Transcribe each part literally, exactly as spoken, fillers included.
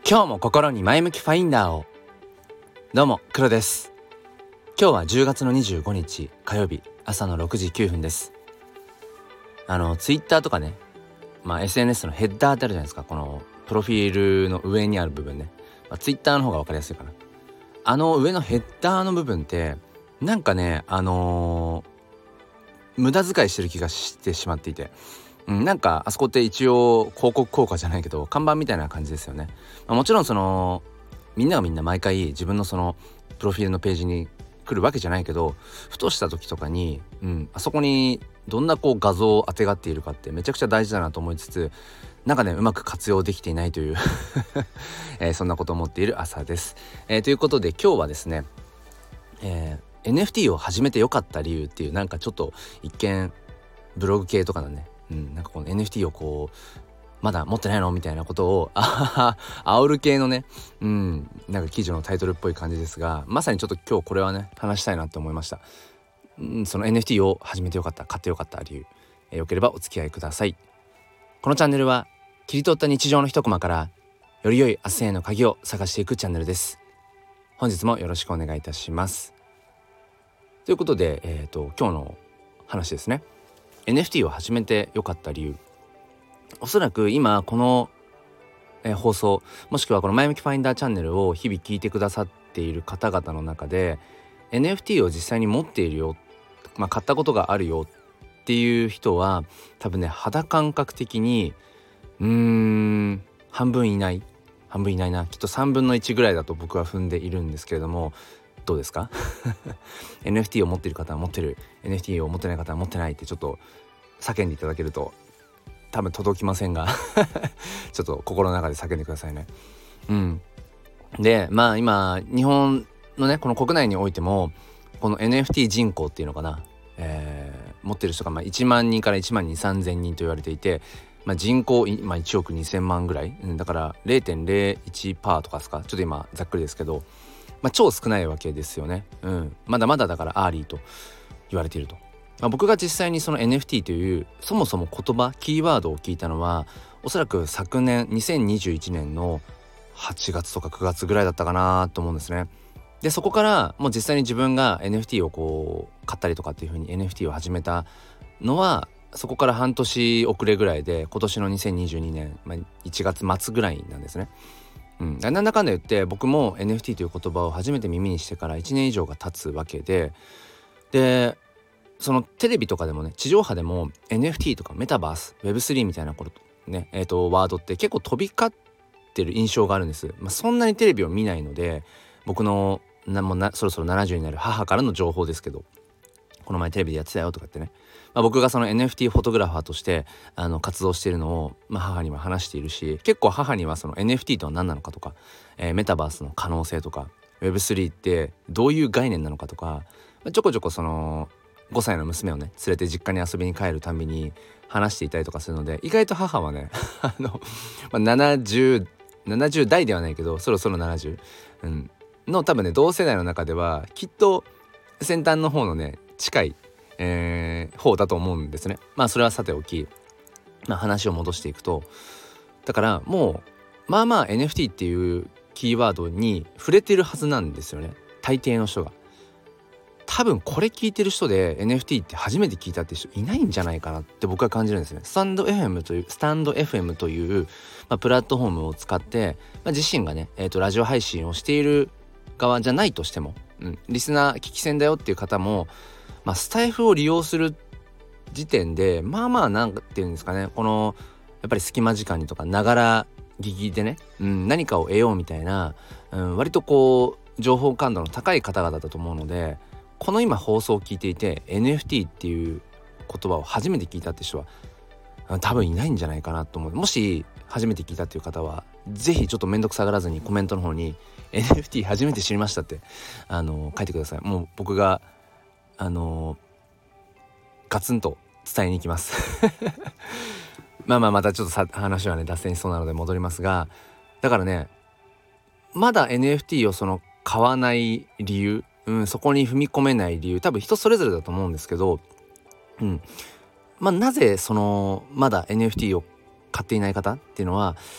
今日も心に前向きファインダーを。どうも黒です。今日はじゅうがつのにじゅうごにち火曜日朝のろくじきゅうふんです。あのツイッターとかね、まあ エスエヌエス のヘッダーってあるじゃないですか。このプロフィールの上にある部分ね、まあ、ツイッターの方が分かりやすいかな。あの上のヘッダーの部分ってなんかねあのー、無駄遣いしてる気がしてしまっていて、うん、なんかあそこって一応広告効果じゃないけど看板みたいな感じですよね。まあ、もちろんそのみんながみんな毎回自分のそのプロフィールのページに来るわけじゃないけど、ふとした時とかに、うん、あそこにどんなこう画像をあてがっているかってめちゃくちゃ大事だなと思いつつ、なんかねうまく活用できていないという、えー、そんなことを思っている朝です。えー、ということで今日はですね、えー、エヌエフティー を始めてよかった理由っていう、なんかちょっと一見ブログ系とかのね、うん、なんかこの エヌエフティー をこうまだ持ってないのみたいなことをあはは煽る系のね、うん、なんか記事のタイトルっぽい感じですが、まさにちょっと今日これはね話したいなと思いました。うん、その エヌエフティー を始めてよかった、買ってよかった理由、えー、よければお付き合いください。このチャンネルは切り取った日常の一コマからより良い明日への鍵を探していくチャンネルです。本日もよろしくお願いいたします。ということで、えーと、今日の話ですね。 エヌエフティー を始めてよかった理由、おそらく今この、えー、放送もしくはこの前向きファインダーチャンネルを日々聞いてくださっている方々の中で エヌエフティー を実際に持っているよ、まあ、買ったことがあるよっていう人は多分ね肌感覚的にうーん半分いない半分いないなきっとさんぶんのいちぐらいだと僕は踏んでいるんですけれども、どうですか？エヌエフティー を持っている方は持ってる、 エヌエフティー を持ってない方は持ってないってちょっと叫んでいただけると多分届きませんがちょっと心の中で叫んでくださいね。うん。でまあ今日本のねこの国内においてもこの エヌエフティー 人口っていうのかな、えー、持ってる人がまあいちまんにんからいちまんにせんさんぜんにんと言われていて、まあ、人口、まあ、いちおくにせんまんぐらい、うん、だから ゼロてんゼロいちパーセント とかですか、ちょっと今ざっくりですけど、まあ、超少ないわけですよね。うん、まだまだだからアーリーと言われていると。まあ、僕が実際にその エヌエフティー というそもそも言葉キーワードを聞いたのはおそらく昨年にせんにじゅういちねんのはちがつとかくがつぐらいだったかなと思うんですね。でそこからもう実際に自分が エヌエフティー をこう買ったりとかっていう風に エヌエフティー を始めたのはそこから半年遅れぐらいで今年のにせんにじゅうにねん、まあ、いちがつ末ぐらいなんですね。うん、なんだかんだ言って僕も エヌエフティー という言葉を初めて耳にしてからいちねん以上が経つわけで、でそのテレビとかでもね地上波でも エヌエフティー とかメタバース ウェブスリー みたいなことね、えーとワードって結構飛び交ってる印象があるんです。まあ、そんなにテレビを見ないので僕のなもなそろそろななじゅうになる母からの情報ですけど、この前テレビでやってたよとかってね、まあ、僕がその エヌエフティー フォトグラファーとしてあの活動しているのを、まあ、母には話しているし、結構母にはその エヌエフティー とは何なのかとか、えー、メタバースの可能性とか ウェブスリー ってどういう概念なのかとか、まあ、ちょこちょこそのごさいの娘をね連れて実家に遊びに帰るたびに話していたりとかするので、意外と母はねあの、まあ、ななじゅう、ななじゅう代ではないけどそろそろななじゅう、うん、の多分ね同世代の中ではきっと先端の方のね近い、えー、方だと思うんですね。まあそれはさておき、まあ、話を戻していくと、だからもうまあまあ エヌエフティー っていうキーワードに触れてるはずなんですよね、大抵の人が。多分これ聞いてる人で エヌエフティー って初めて聞いたって人いないんじゃないかなって僕は感じるんですね。スタンド エフエム というスタンド エフエム という、まあ、プラットフォームを使って、まあ、自身がね、えーと、ラジオ配信をしている側じゃないとしても、うん、リスナー聞き戦だよっていう方も、まあ、スタイフを利用する時点でまあまあなんていうんですかね、このやっぱり隙間時間にとかながら聞きでね、うん、何かを得ようみたいな、うん、割とこう情報感度の高い方々だと思うので、この今放送を聞いていて エヌエフティー っていう言葉を初めて聞いたって人は多分いないんじゃないかなと思う。もし初めて聞いたっていう方はぜひちょっとめんどくさがらずにコメントの方に エヌエフティー 初めて知りましたってあの書いてください。もう僕があのガツンと伝えに行きますまあまあまたちょっとさ話はね脱線しそうなので戻りますが、だからねまだ エヌエフティー をその買わない理由、うん、そこに踏み込めない理由多分人それぞれだと思うんですけど、うん、まあなぜそのまだ エヌエフティー を買っていない方っていうのは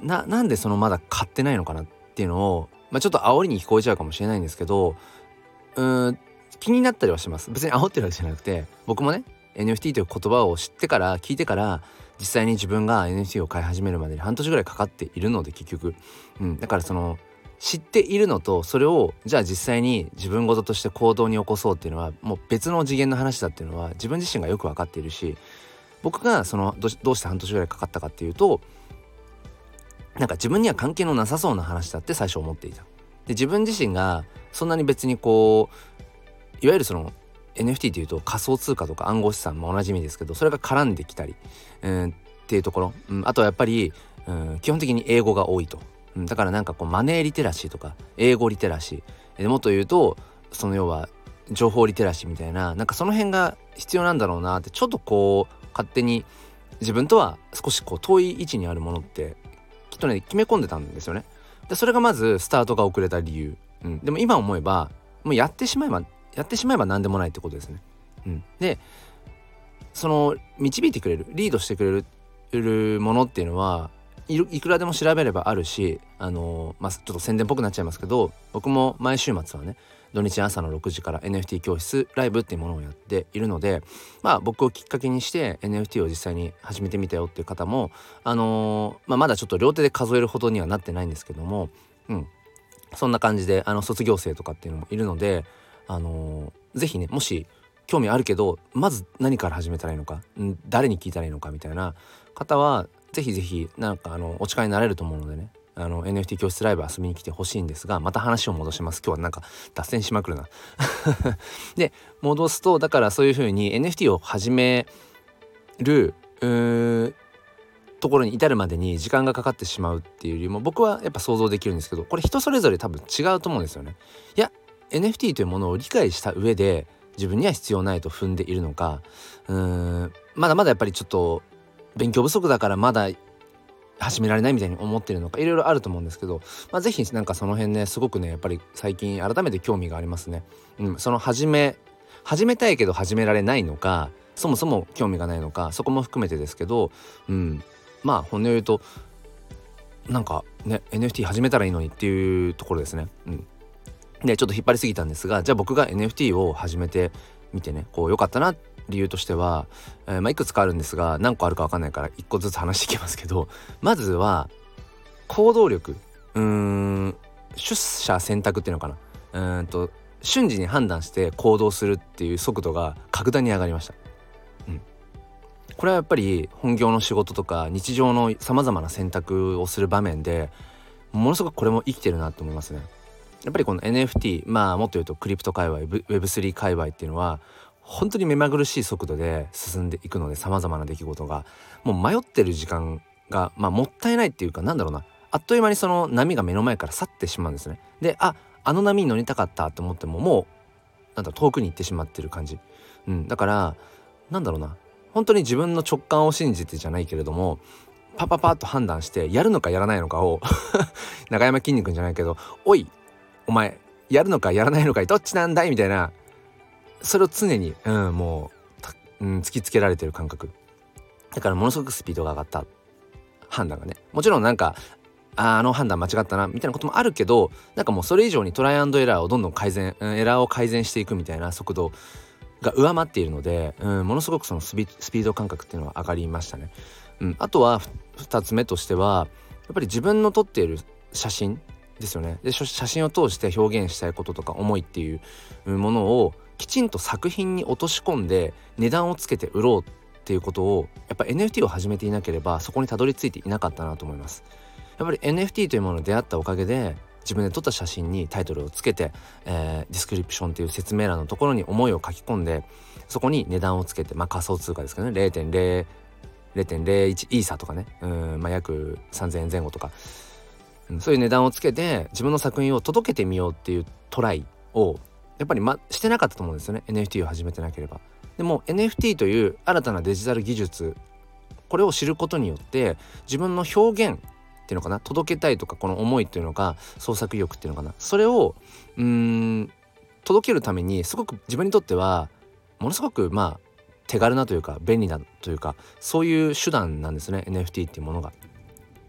ななんでそのまだ買ってないのかなっていうのを、まあ、ちょっと煽りに聞こえちゃうかもしれないんですけど、うーん気になったりはします。別に煽ってるわけじゃなくて、僕もね エヌエフティー という言葉を知ってから聞いてから実際に自分が エヌエフティー を買い始めるまでに半年ぐらいかかっているので結局、うん、だからその知っているのとそれをじゃあ実際に自分事として行動に起こそうっていうのはもう別の次元の話だっていうのは自分自身がよく分かっているし、僕がそのどどうして半年ぐらいかかったかっていうと、なんか自分には関係のなさそうな話だって最初思っていた。で自分自身がそんなに別にこういわゆるその エヌエフティー というと仮想通貨とか暗号資産も同じ意味ですけど、それが絡んできたり、うん、っていうところ、うん、あとはやっぱり、うん、基本的に英語が多いと、うん、だからなんかこうマネーリテラシーとか英語リテラシー、えもっと言うとその要は情報リテラシーみたいな、なんかその辺が必要なんだろうなってちょっとこう勝手に自分とは少しこう遠い位置にあるものってきっとね決め込んでたんですよね。でそれがまずスタートが遅れた理由、うん、でも今思えばもうやってしまえばやってしまえば何でもないってことですね。うん、でその導いてくれるリードしてくれるものっていうのはいるいくらでも調べればあるし、あのー、まあちょっと宣伝っぽくなっちゃいますけど、僕も毎週末はね土日朝のろくじから エヌエフティー 教室ライブっていうものをやっているので、まあ僕をきっかけにして エヌエフティー を実際に始めてみたよっていう方もあのー、まあまだちょっと両手で数えるほどにはなってないんですけども、うんそんな感じであの卒業生とかっていうのもいるので、あのー、ぜひねもし興味あるけどまず何から始めたらいいのか、ん誰に聞いたらいいのかみたいな方はぜひぜひなんかあのお力になれると思うのでね、あの エヌエフティー 教室ライブ遊びに来てほしいんですが、また話を戻します。今日はなんか脱線しまくるなで戻すと、だからそういう風に エヌエフティー を始めるうーところに至るまでに時間がかかってしまうっていうよりも僕はやっぱ想像できるんですけど、これ人それぞれ多分違うと思うんですよね。いや エヌエフティー というものを理解した上で自分には必要ないと踏んでいるのか、うーんまだまだやっぱりちょっと勉強不足だからまだ始められないみたいに思ってるのかいろいろあると思うんですけど、まあ、ぜひなんかその辺ねすごくねやっぱり最近改めて興味がありますね。うん、その始め始めたいけど始められないのか、そもそも興味がないのか、そこも含めてですけど、うんまあ本音を言うとなんかね エヌエフティー 始めたらいいのにっていうところですね。うんでちょっと引っ張りすぎたんですが、じゃあ僕が エヌエフティー を始めてみてねこう良かったな理由としては、えーまあ、いくつかあるんですが何個あるか分かんないからいっこずつ話していきますけど、まずは行動力、うーん出社選択っていうのかな、うーんと瞬時に判断して行動するっていう速度が格段に上がりました。うん、これはやっぱり本業の仕事とか日常のさまざまな選択をする場面でものすごくこれも生きてるなと思いますね。やっぱりこの エヌエフティー、まあもっと言うとクリプト界隈 ウェブスリー 界隈っていうのは本当に目まぐるしい速度で進んでいくので、さまざまな出来事がもう迷ってる時間が、まあ、もったいないっていうか、なんだろうな、あっという間にその波が目の前から去ってしまうんですね。で、ああの波に乗りたかったと思ってももうなんだ遠くに行ってしまってる感じ、うん、だからなんだろうな、本当に自分の直感を信じてじゃないけれどもパパパッと判断してやるのかやらないのかを中山きんに君じゃないけど、おいお前やるのかやらないのかどっちなんだいみたいな、それを常に、うん、もう、うん、突きつけられてる感覚だからものすごくスピードが上がった判断がね、もちろんなんか あ, あの判断間違ったなみたいなこともあるけど、なんかもうそれ以上にトライアンドエラーをどんどん改善、うん、エラーを改善していくみたいな速度が上回っているので、うん、ものすごくそのスピ、スピード感覚っていうのは上がりましたね。うん、あとはふたつめとしてはやっぱり自分の撮っている写真ですよね。で写真を通して表現したいこととか思いっていうものをきちんと作品に落とし込んで値段をつけて売ろうっていうことをやっぱ エヌエフティー を始めていなければそこにたどり着いていなかったなと思います。やっぱり エヌエフティー というものに出会ったおかげで自分で撮った写真にタイトルをつけて、えー、ディスクリプションっていう説明欄のところに思いを書き込んでそこに値段をつけて、まあ仮想通貨ですけどね ゼロてんゼロ ゼロてんゼロいち イーサとかね、うん、まあ、約さんぜんえん前後とか、うん、そういう値段をつけて自分の作品を届けてみようっていうトライをやっぱり、ま、してなかったと思うんですよね エヌエフティー を始めてなければ。でも エヌエフティー という新たなデジタル技術、これを知ることによって自分の表現っていうのかな、届けたいとかこの思いっていうのか創作意欲っていうのかな、それをうーん届けるためにすごく自分にとってはものすごくまあ手軽なというか便利なというかそういう手段なんですね エヌエフティー っていうものが。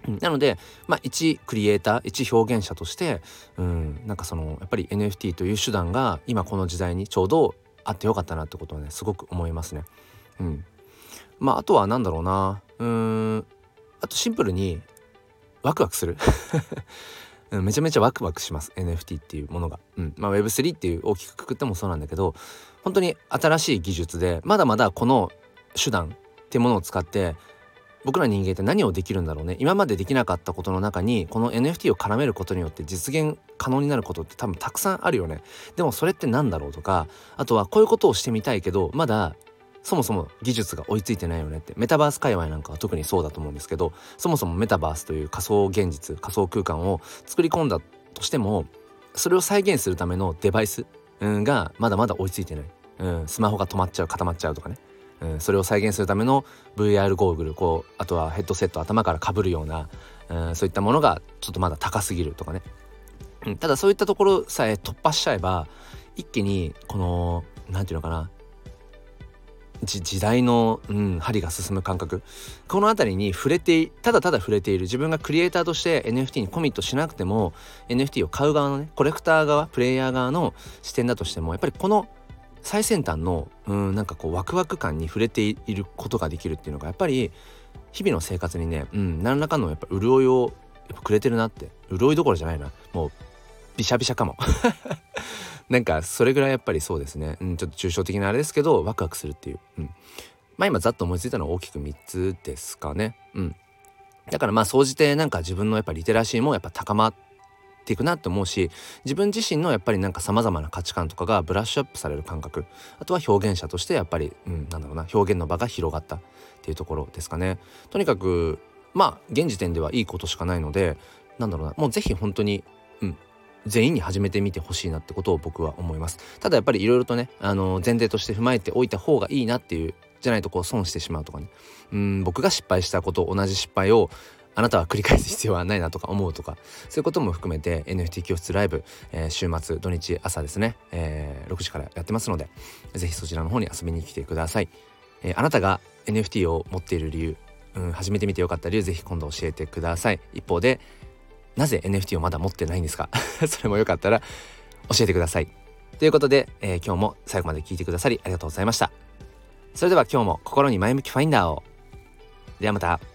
なので、まあ、一クリエイター一表現者として、うん、なんかそのやっぱり エヌエフティー という手段が今この時代にちょうどあってよかったなってことはねすごく思いますね。うん、まああとはなんだろうなうーんあとシンプルにワクワクするうん、めちゃめちゃワクワクします エヌエフティー っていうものが、うんまあ、ウェブスリー っていう大きくくくってもそうなんだけど、本当に新しい技術でまだまだこの手段っていうものを使って僕ら人間って何をできるんだろうね。今までできなかったことの中にこの エヌエフティー を絡めることによって実現可能になることって多分たくさんあるよね。でもそれって何だろうとか、あとはこういうことをしてみたいけどまだそもそも技術が追いついてないよねって。メタバース界隈なんかは特にそうだと思うんですけど、そもそもメタバースという仮想現実仮想空間を作り込んだとしてもそれを再現するためのデバイス、うん、がまだまだ追いついてない、うん、スマホが止まっちゃう固まっちゃうとかね、うん、それを再現するための ブイアール ゴーグルこうあとはヘッドセット頭から被るような、うん、そういったものがちょっとまだ高すぎるとかね、うん、ただそういったところさえ突破しちゃえば一気にこのなんていうのかな時代の、うん、針が進む感覚、このあたりに触れてただただ触れている自分がクリエイターとして エヌエフティー にコミットしなくても エヌエフティー を買う側のねコレクター側プレイヤー側の視点だとしてもやっぱりこの最先端の、うん、なんかこうワクワク感に触れていることができるっていうのがやっぱり日々の生活にね、うん、何らかのやっぱ潤いをやっぱくれてるなって。潤いどころじゃないな、もうビシャビシャかもなんかそれぐらいやっぱりそうですね、うん、ちょっと抽象的なあれですけどワクワクするっていう、うん、まあ今ざっと思いついたのは大きくみっつですかね。うん、だからまあ総じてなんか自分のやっぱリテラシーもやっぱ高まっていくなって思うし、自分自身のやっぱりなんか様々な価値観とかがブラッシュアップされる感覚、あとは表現者としてやっぱり、うん、なんだろうな表現の場が広がったっていうところですかね。とにかくまあ現時点ではいいことしかないので、なんだろうなもうぜひ本当に、うん全員に始めてみてほしいなってことを僕は思います。ただやっぱりいろいろとね、あの前提として踏まえておいた方がいいなっていう、じゃないとこう損してしまうとかね、うん僕が失敗したこと同じ失敗をあなたは繰り返す必要はないなとか思うとか、そういうことも含めて エヌエフティー 教室ライブ、えー、週末土日朝ですね、えー、ろくじからやってますので、ぜひそちらの方に遊びに来てください。えー、あなたが エヌエフティー を持っている理由、うん、始めてみてよかった理由ぜひ今度教えてください。一方でなぜ エヌエフティー をまだ持ってないんですかそれもよかったら教えてください。ということで、えー、今日も最後まで聞いてくださりありがとうございました。それでは今日も心に前向きファインダーを。ではまた。